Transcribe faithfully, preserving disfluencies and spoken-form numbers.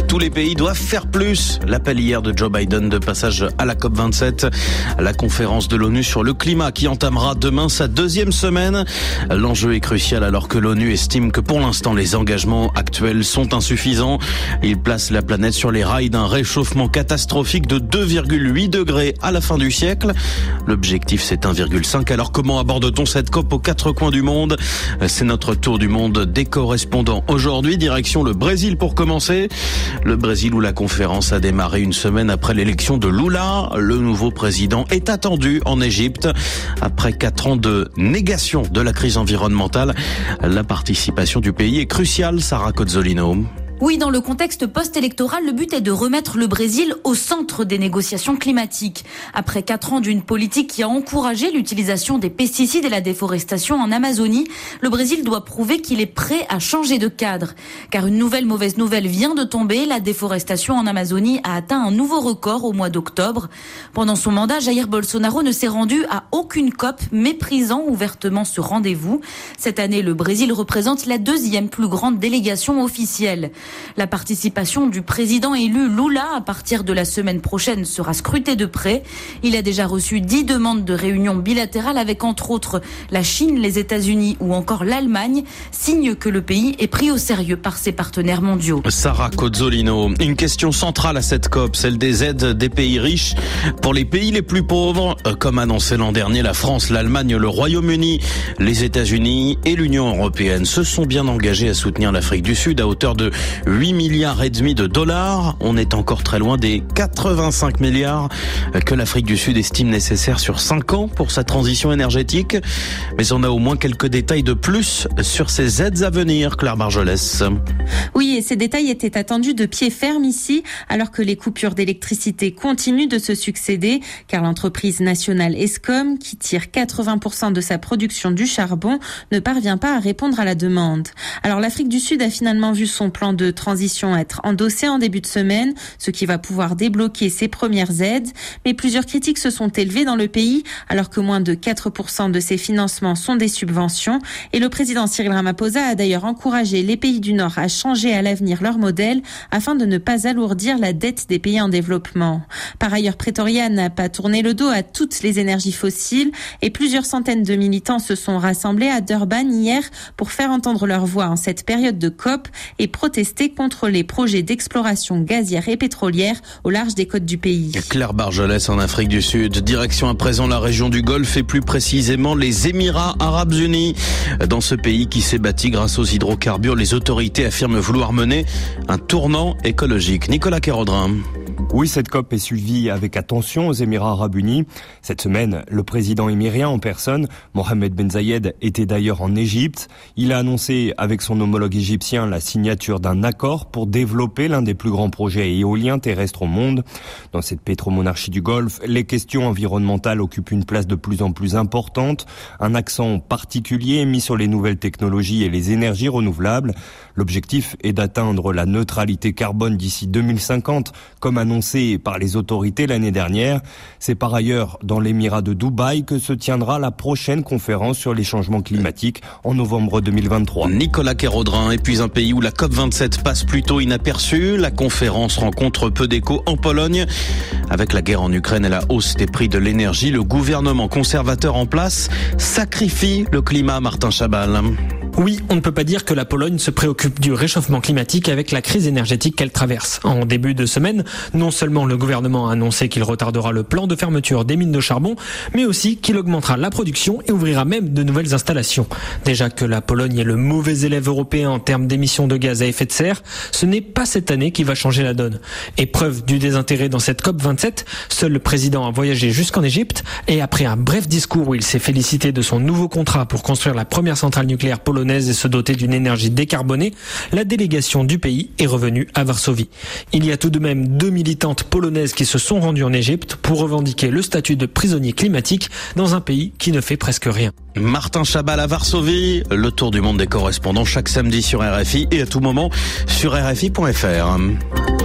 Tous les pays doivent faire plus. L'appel hier de Joe Biden de passage à la COP vingt-sept, la conférence de l'ONU sur le climat qui entamera demain sa deuxième semaine. L'enjeu est crucial alors que l'ONU estime que pour l'instant les engagements actuels sont insuffisants. Il place la planète sur les rails d'un réchauffement catastrophique de deux virgule huit degrés à la fin du siècle. L'objectif c'est un virgule cinq. Alors comment aborde-t-on cette COP aux quatre coins du monde? C'est notre tour du monde des correspondants. Aujourd'hui, direction le Brésil pour commencer. Le Brésil où la conférence a démarré une semaine après l'élection de Lula. Le nouveau président est attendu en Égypte. Après quatre ans de négation de la crise environnementale, la participation du pays est cruciale, Sarah Cozzolino. Oui, dans le contexte post-électoral, le but est de remettre le Brésil au centre des négociations climatiques. Après quatre ans d'une politique qui a encouragé l'utilisation des pesticides et la déforestation en Amazonie, le Brésil doit prouver qu'il est prêt à changer de cadre. Car une nouvelle mauvaise nouvelle vient de tomber, la déforestation en Amazonie a atteint un nouveau record au mois d'octobre. Pendant son mandat, Jair Bolsonaro ne s'est rendu à aucune COP, méprisant ouvertement ce rendez-vous. Cette année, le Brésil représente la deuxième plus grande délégation officielle. La participation du président élu Lula à partir de la semaine prochaine sera scrutée de près. Il a déjà reçu dix demandes de réunions bilatérales avec entre autres la Chine, les États-Unis ou encore l'Allemagne, signe que le pays est pris au sérieux par ses partenaires mondiaux. Sarah Cozzolino, une question centrale à cette COP, celle des aides des pays riches pour les pays les plus pauvres. Comme annoncé l'an dernier, la France, l'Allemagne, le Royaume-Uni, les États-Unis et l'Union européenne se sont bien engagés à soutenir l'Afrique du Sud à hauteur de huit milliards et demi de dollars. On est encore très loin des quatre-vingt-cinq milliards que l'Afrique du Sud estime nécessaires sur cinq ans pour sa transition énergétique. Mais on a au moins quelques détails de plus sur ces aides à venir, Claire Barjolès. Oui, et ces détails étaient attendus de pied ferme ici, alors que les coupures d'électricité continuent de se succéder, car l'entreprise nationale Eskom, qui tire quatre-vingts pour cent de sa production du charbon, ne parvient pas à répondre à la demande. Alors l'Afrique du Sud a finalement vu son plan de transition être endossé en début de semaine, ce qui va pouvoir débloquer ses premières aides. Mais plusieurs critiques se sont élevées dans le pays, alors que moins de quatre pour cent de ces financements sont des subventions. Et le président Cyril Ramaphosa a d'ailleurs encouragé les pays du Nord à changer à l'avenir leur modèle afin de ne pas alourdir la dette des pays en développement. Par ailleurs, Pretoria n'a pas tourné le dos à toutes les énergies fossiles et plusieurs centaines de militants se sont rassemblés à Durban hier pour faire entendre leur voix en cette période de COP et protester contre les projets d'exploration gazière et pétrolière au large des côtes du pays. Claire Barjolès en Afrique du Sud. Direction à présent la région du Golfe et plus précisément les Émirats Arabes Unis. Dans ce pays qui s'est bâti grâce aux hydrocarbures, les autorités affirment vouloir mener un tournant écologique. Nicolas Kérodrin. Oui, cette COP est suivie avec attention aux Émirats Arabes Unis. Cette semaine, le président émirien en personne, Mohamed Ben Zayed, était d'ailleurs en Égypte. Il a annoncé avec son homologue égyptien la signature d'un accord pour développer l'un des plus grands projets éoliens terrestres au monde. Dans cette pétromonarchie du Golfe, les questions environnementales occupent une place de plus en plus importante. Un accent particulier est mis sur les nouvelles technologies et les énergies renouvelables. L'objectif est d'atteindre la neutralité carbone d'ici deux mille cinquante, comme annoncé par les autorités l'année dernière. C'est par ailleurs dans l'émirat de Dubaï que se tiendra la prochaine conférence sur les changements climatiques en novembre deux mille vingt-trois. Nicolas Kérodrin. Et puis un pays où la COP vingt-sept passe plutôt inaperçue. La conférence rencontre peu d'écho en Pologne. Avec la guerre en Ukraine et la hausse des prix de l'énergie, le gouvernement conservateur en place sacrifie le climat. Martin Chabal. Oui, on ne peut pas dire que la Pologne se préoccupe du réchauffement climatique avec la crise énergétique qu'elle traverse. En début de semaine, non seulement le gouvernement a annoncé qu'il retardera le plan de fermeture des mines de charbon, mais aussi qu'il augmentera la production et ouvrira même de nouvelles installations. Déjà que la Pologne est le mauvais élève européen en termes d'émissions de gaz à effet de serre, ce n'est pas cette année qui va changer la donne. Et preuve du désintérêt dans cette COP vingt-sept, seul le président a voyagé jusqu'en Égypte et après un bref discours où il s'est félicité de son nouveau contrat pour construire la première centrale nucléaire polonaise et se doter d'une énergie décarbonée, la délégation du pays est revenue à Varsovie. Il y a tout de même deux militantes polonaises qui se sont rendues en Égypte pour revendiquer le statut de prisonnier climatique dans un pays qui ne fait presque rien. Martin Chabal à Varsovie, le tour du monde des correspondants chaque samedi sur R F I et à tout moment sur R F I point F R.